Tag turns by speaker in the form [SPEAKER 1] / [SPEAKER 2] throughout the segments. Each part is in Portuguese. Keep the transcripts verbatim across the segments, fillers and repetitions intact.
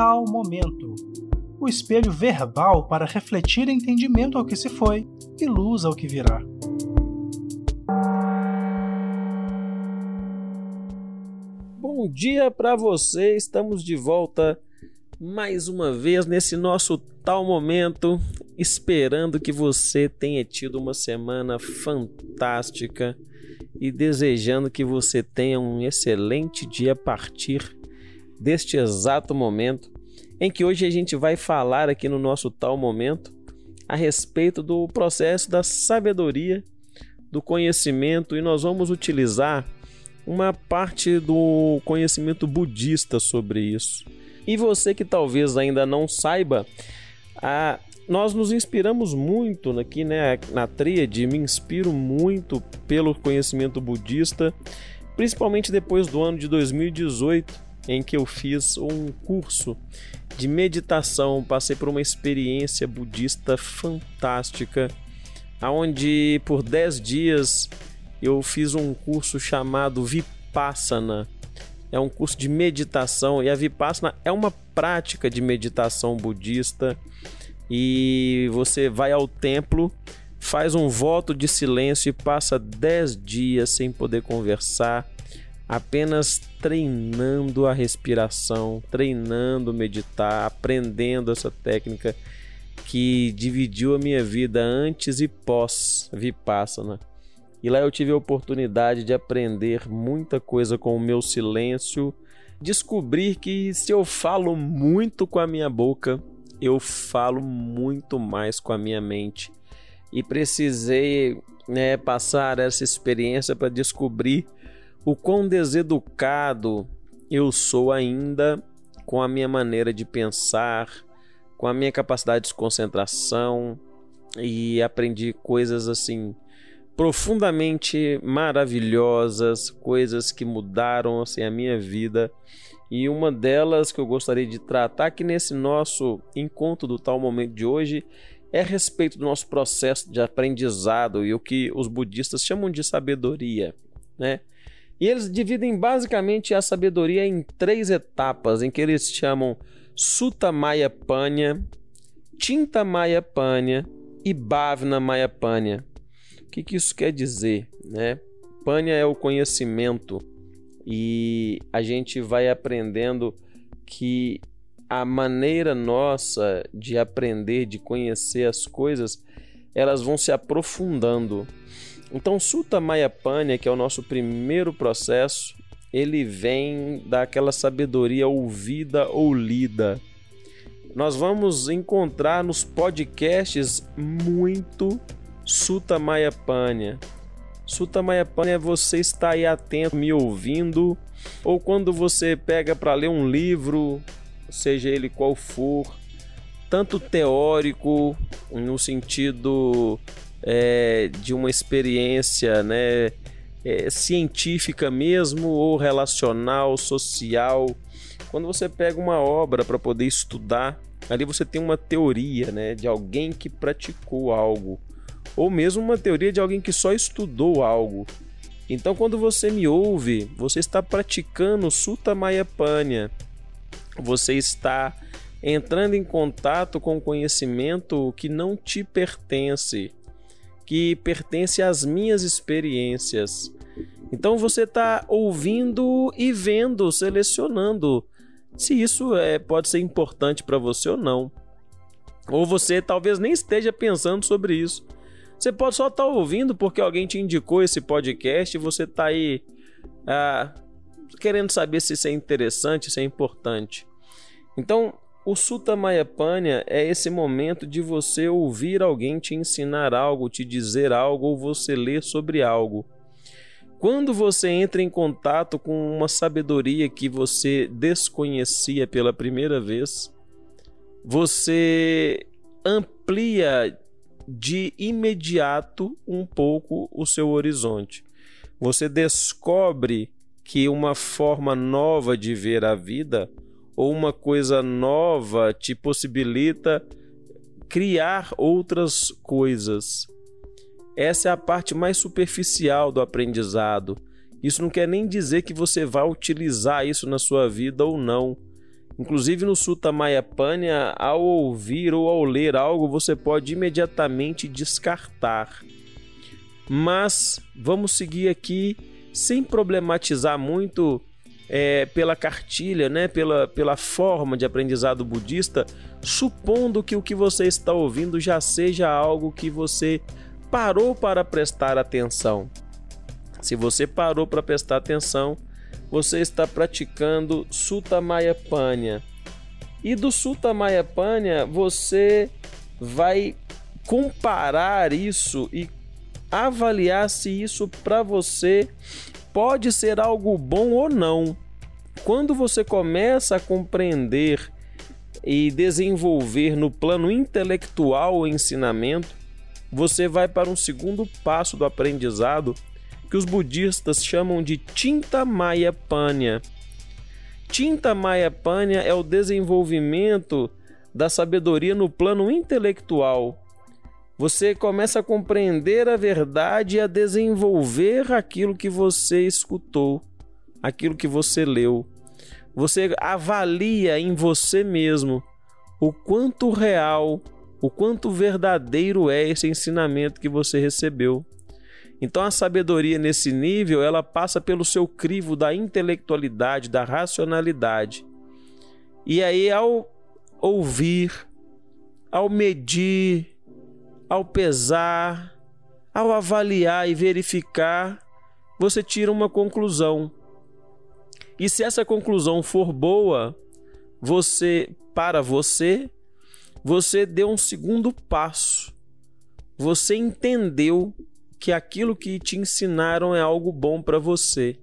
[SPEAKER 1] Tal Momento, o espelho verbal para refletir entendimento ao que se foi e luz ao que virá.
[SPEAKER 2] Bom dia para você, estamos de volta mais uma vez nesse nosso Tal Momento, esperando que você tenha tido uma semana fantástica e desejando que você tenha um excelente dia a partir deste exato momento, em que hoje a gente vai falar aqui no nosso Tal Momento a respeito do processo da sabedoria, do conhecimento, e nós vamos utilizar uma parte do conhecimento budista sobre isso. E você que talvez ainda não saiba, a, nós nos inspiramos muito aqui, né, na tríade, me inspiro muito pelo conhecimento budista, principalmente depois do ano de dois mil e dezoito, em que eu fiz um curso de meditação, passei por uma experiência budista fantástica, onde por dez dias eu fiz um curso chamado Vipassana. É um curso de meditação, e a Vipassana é uma prática de meditação budista, e você vai ao templo, faz um voto de silêncio e passa dez dias sem poder conversar, apenas treinando a respiração, treinando meditar, aprendendo essa técnica que dividiu a minha vida antes e pós Vipassana. E lá eu tive a oportunidade de aprender muita coisa com o meu silêncio, descobrir que se eu falo muito com a minha boca, eu falo muito mais com a minha mente. E precisei, né, passar essa experiência para descobrir o quão deseducado eu sou ainda com a minha maneira de pensar, com a minha capacidade de concentração, e aprendi coisas assim profundamente maravilhosas, coisas que mudaram assim, a minha vida, e uma delas que eu gostaria de tratar aqui nesse nosso encontro do Tal Momento de hoje é a respeito do nosso processo de aprendizado e o que os budistas chamam de sabedoria, né? E eles dividem basicamente a sabedoria em três etapas, em que eles chamam Sutta Maya Panya, Chinta Maya Panya e Bhavana Maya Panya. O que, que isso quer dizer, né? Panya é o conhecimento, e a gente vai aprendendo que a maneira nossa de aprender, de conhecer as coisas, elas vão se aprofundando. Então, Sutta Maya Panya, que é o nosso primeiro processo, ele vem daquela sabedoria ouvida ou lida. Nós vamos encontrar nos podcasts muito Sutta Maya Panya. Sutta Maya Panya é você estar aí atento, me ouvindo, ou quando você pega para ler um livro, seja ele qual for, tanto teórico, no sentido é, de uma experiência, né, é, científica mesmo, ou relacional, social. Quando você pega uma obra para poder estudar, ali você tem uma teoria, né, de alguém que praticou algo, ou mesmo uma teoria de alguém que só estudou algo. Então, quando você me ouve, você está praticando Sutta Maya Panya. Você está entrando em contato com conhecimento que não te pertence, que pertence às minhas experiências. Então, você está ouvindo e vendo, selecionando se isso é, pode ser importante para você ou não. Ou você talvez nem esteja pensando sobre isso. Você pode só estar ouvindo porque alguém te indicou esse podcast e você está aí ah, querendo saber se isso é interessante, se é importante. Então, o Sutta Maya Panya é esse momento de você ouvir alguém te ensinar algo, te dizer algo, ou você ler sobre algo. Quando você entra em contato com uma sabedoria que você desconhecia pela primeira vez, você amplia de imediato um pouco o seu horizonte. Você descobre que uma forma nova de ver a vida, ou uma coisa nova, te possibilita criar outras coisas. Essa é a parte mais superficial do aprendizado. Isso não quer nem dizer que você vai utilizar isso na sua vida ou não. Inclusive no Sutta Mayapanya, ao ouvir ou ao ler algo, você pode imediatamente descartar. Mas vamos seguir aqui sem problematizar muito é, pela cartilha, né? pela, pela forma de aprendizado budista, supondo que o que você está ouvindo já seja algo que você parou para prestar atenção. Se você parou para prestar atenção, você está praticando Sutta Mayapanya. E do Sutta Mayapanya, você vai comparar isso e avaliar se isso para você pode ser algo bom ou não. Quando você começa a compreender e desenvolver no plano intelectual o ensinamento, você vai para um segundo passo do aprendizado que os budistas chamam de Cinta Mayapanya. Cinta Mayapanya é o desenvolvimento da sabedoria no plano intelectual. Você começa a compreender a verdade e a desenvolver aquilo que você escutou, aquilo que você leu. Você avalia em você mesmo o quanto real, o quanto verdadeiro é esse ensinamento que você recebeu. Então a sabedoria nesse nível, ela passa pelo seu crivo da intelectualidade, da racionalidade. E aí ao ouvir, ao medir, ao pesar, ao avaliar e verificar, você tira uma conclusão. E se essa conclusão for boa, você, para você, você deu um segundo passo. Você entendeu que aquilo que te ensinaram é algo bom para você.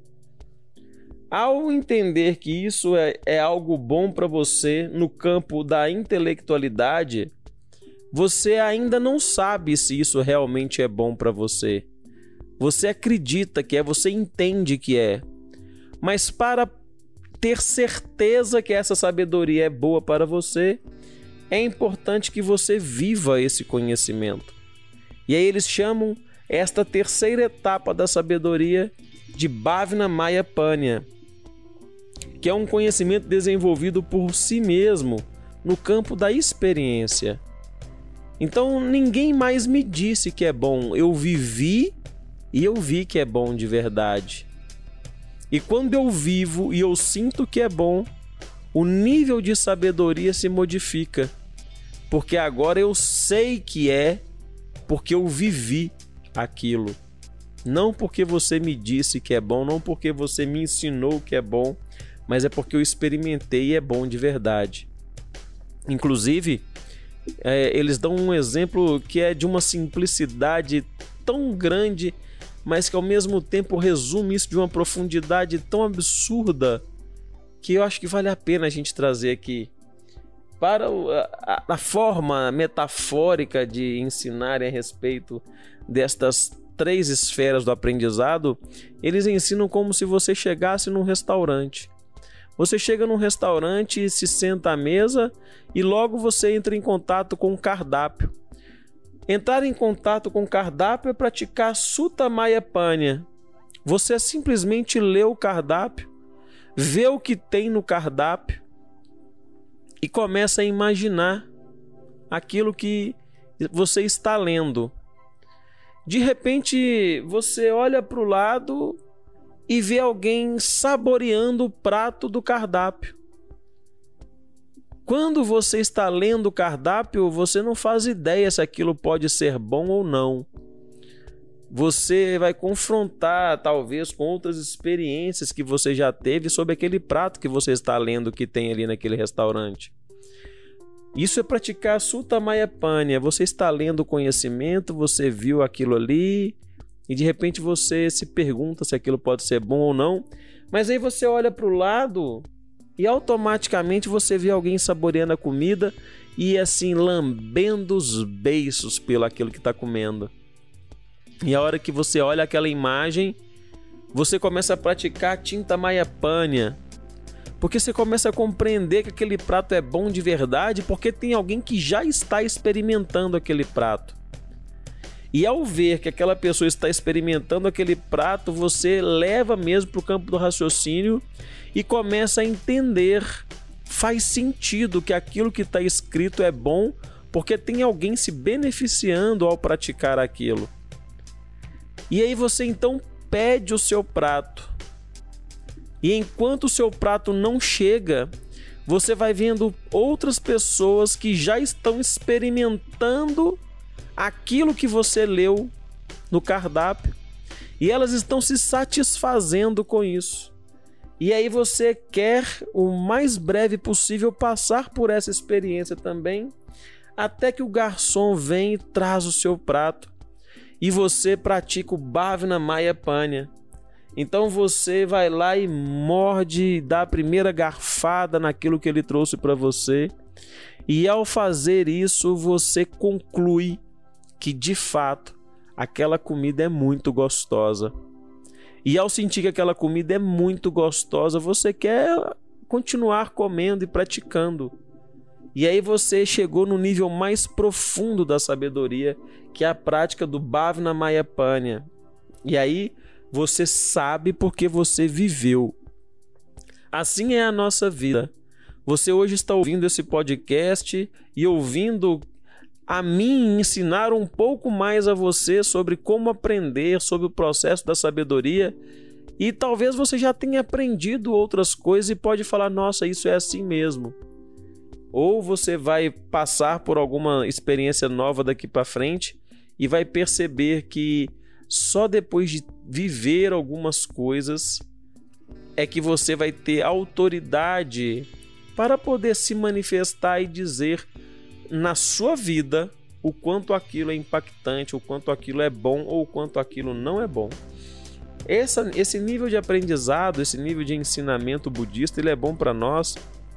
[SPEAKER 2] Ao entender que isso é, é algo bom para você no campo da intelectualidade, você ainda não sabe se isso realmente é bom para você. Você acredita que é, você entende que é. Mas para ter certeza que essa sabedoria é boa para você, é importante que você viva esse conhecimento. E aí eles chamam esta terceira etapa da sabedoria de Bhavana Mayapanya, que é um conhecimento desenvolvido por si mesmo no campo da experiência. Então ninguém mais me disse que é bom, eu vivi e eu vi que é bom de verdade. E quando eu vivo e eu sinto que é bom, o nível de sabedoria se modifica, porque agora eu sei que é, porque eu vivi aquilo. Não porque você me disse que é bom, não porque você me ensinou que é bom, mas é porque eu experimentei e é bom de verdade. Inclusive, é, eles dão um exemplo que é de uma simplicidade tão grande, mas que ao mesmo tempo resume isso de uma profundidade tão absurda, que eu acho que vale a pena a gente trazer aqui. Para a, a forma metafórica de ensinarem a respeito destas três esferas do aprendizado, eles ensinam como se você chegasse num restaurante. Você chega num restaurante e se senta à mesa e logo você entra em contato com o cardápio. Entrar em contato com o cardápio é praticar Sutta Mayapanya. Você simplesmente lê o cardápio, vê o que tem no cardápio e começa a imaginar aquilo que você está lendo. De repente, você olha para o lado e vê alguém saboreando o prato do cardápio. Quando você está lendo o cardápio, você não faz ideia se aquilo pode ser bom ou não. Você vai confrontar, talvez, com outras experiências que você já teve sobre aquele prato que você está lendo que tem ali naquele restaurante. Isso é praticar Sutta Mayapanya. Você está lendo o conhecimento, você viu aquilo ali e de repente você se pergunta se aquilo pode ser bom ou não, mas aí você olha para o lado e automaticamente você vê alguém saboreando a comida e assim lambendo os beiços pelo aquilo que está comendo. E a hora que você olha aquela imagem, você começa a praticar Cinta Mayapanya, porque você começa a compreender que aquele prato é bom de verdade porque tem alguém que já está experimentando aquele prato. E ao ver que aquela pessoa está experimentando aquele prato, você leva mesmo para o campo do raciocínio e começa a entender faz sentido que aquilo que está escrito é bom, porque tem alguém se beneficiando ao praticar aquilo. E aí você então pede o seu prato. E enquanto o seu prato não chega, você vai vendo outras pessoas que já estão experimentando aquilo que você leu no cardápio. E elas estão se satisfazendo com isso. E aí você quer o mais breve possível passar por essa experiência também, até que o garçom vem e traz o seu prato. E você pratica o Bhavna Maya Panya. Então você vai lá e morde, dá a primeira garfada naquilo que ele trouxe para você. E ao fazer isso, você conclui que de fato aquela comida é muito gostosa. E ao sentir que aquela comida é muito gostosa, você quer continuar comendo e praticando. E aí você chegou no nível mais profundo da sabedoria, que é a prática do Bhavna Maya Panya. E aí você sabe porque você viveu. Assim é a nossa vida. Você hoje está ouvindo esse podcast e ouvindo a mim ensinar um pouco mais a você sobre como aprender, sobre o processo da sabedoria. E talvez você já tenha aprendido outras coisas e pode falar, nossa, isso é assim mesmo. Ou você vai passar por alguma experiência nova daqui para frente e vai perceber que só depois de viver algumas coisas é que você vai ter autoridade para poder se manifestar e dizer na sua vida o quanto aquilo é impactante, o quanto aquilo é bom ou o quanto aquilo não é bom. Essa, esse nível de aprendizado, esse nível de ensinamento budista, ele é bom para nós,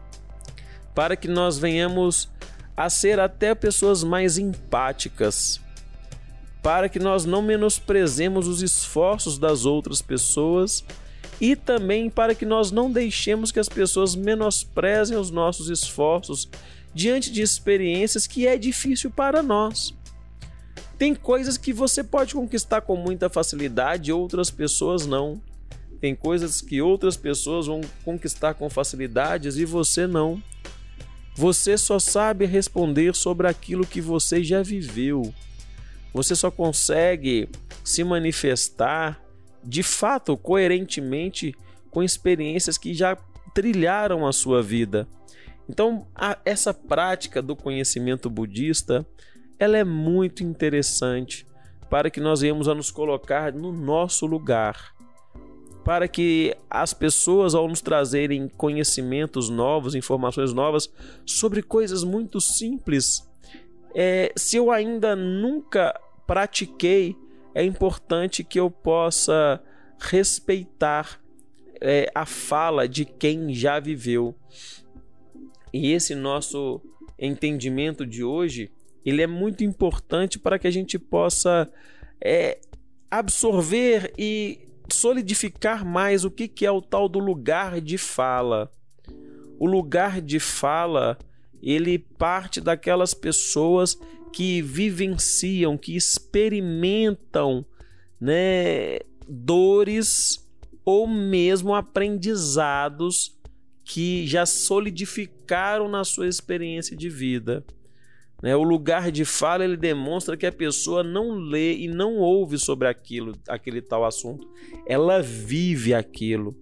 [SPEAKER 2] para que nós venhamos a ser até pessoas mais empáticas, para que nós não menosprezemos os esforços das outras pessoas e também para que nós não deixemos que as pessoas menosprezem os nossos esforços diante de experiências que é difícil para nós. Tem coisas que você pode conquistar com muita facilidade, outras pessoas não. Tem coisas que outras pessoas vão conquistar com facilidades e você não. Você só sabe responder sobre aquilo que você já viveu. Você só consegue se manifestar de fato, coerentemente, com experiências que já trilharam a sua vida. Então, a, essa prática do conhecimento budista, ela é muito interessante para que nós venhamos a nos colocar no nosso lugar, para que as pessoas, ao nos trazerem conhecimentos novos, informações novas sobre coisas muito simples, é, se eu ainda nunca pratiquei, é importante que eu possa respeitar é, a fala de quem já viveu. E esse nosso entendimento de hoje, ele é muito importante para que a gente possa é, absorver e solidificar mais o que, que é o tal do lugar de fala. O lugar de fala, ele parte daquelas pessoas que vivenciam, que experimentam, né, dores ou mesmo aprendizados que já solidificaram na sua experiência de vida. Né? O lugar de fala, ele demonstra que a pessoa não lê e não ouve sobre aquilo, aquele tal assunto. Ela vive aquilo.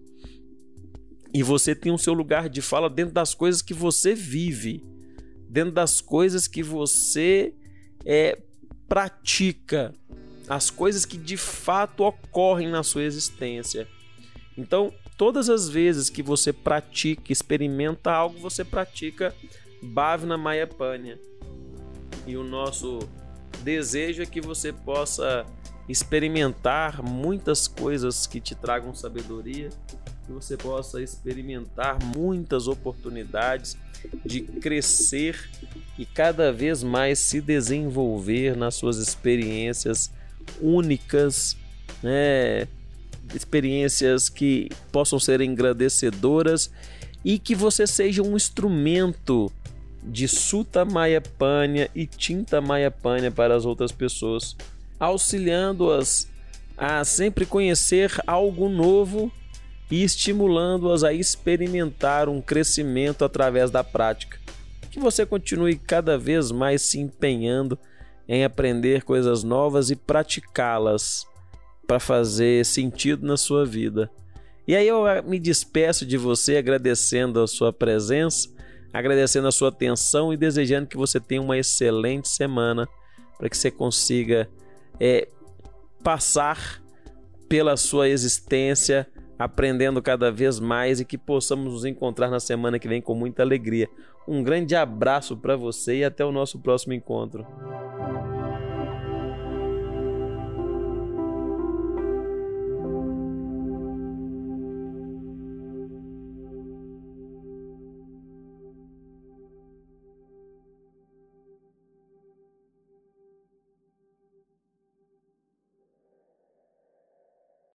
[SPEAKER 2] E você tem o seu lugar de fala dentro das coisas que você vive, dentro das coisas que você é, pratica, as coisas que de fato ocorrem na sua existência. Então, todas as vezes que você pratica, experimenta algo, você pratica Bhavna Maya Panya. E o nosso desejo é que você possa experimentar muitas coisas que te tragam sabedoria, que você possa experimentar muitas oportunidades de crescer e cada vez mais se desenvolver nas suas experiências únicas, né? Experiências que possam ser engrandecedoras e que você seja um instrumento de Sutta Maya Panya e Chinta Maya Panya para as outras pessoas, auxiliando-as a sempre conhecer algo novo e estimulando-as a experimentar um crescimento através da prática. Que você continue cada vez mais se empenhando em aprender coisas novas e praticá-las para fazer sentido na sua vida. E aí eu me despeço de você agradecendo a sua presença, agradecendo a sua atenção e desejando que você tenha uma excelente semana para que você consiga é, passar pela sua existência aprendendo cada vez mais e que possamos nos encontrar na semana que vem com muita alegria. Um grande abraço para você e até o nosso próximo encontro.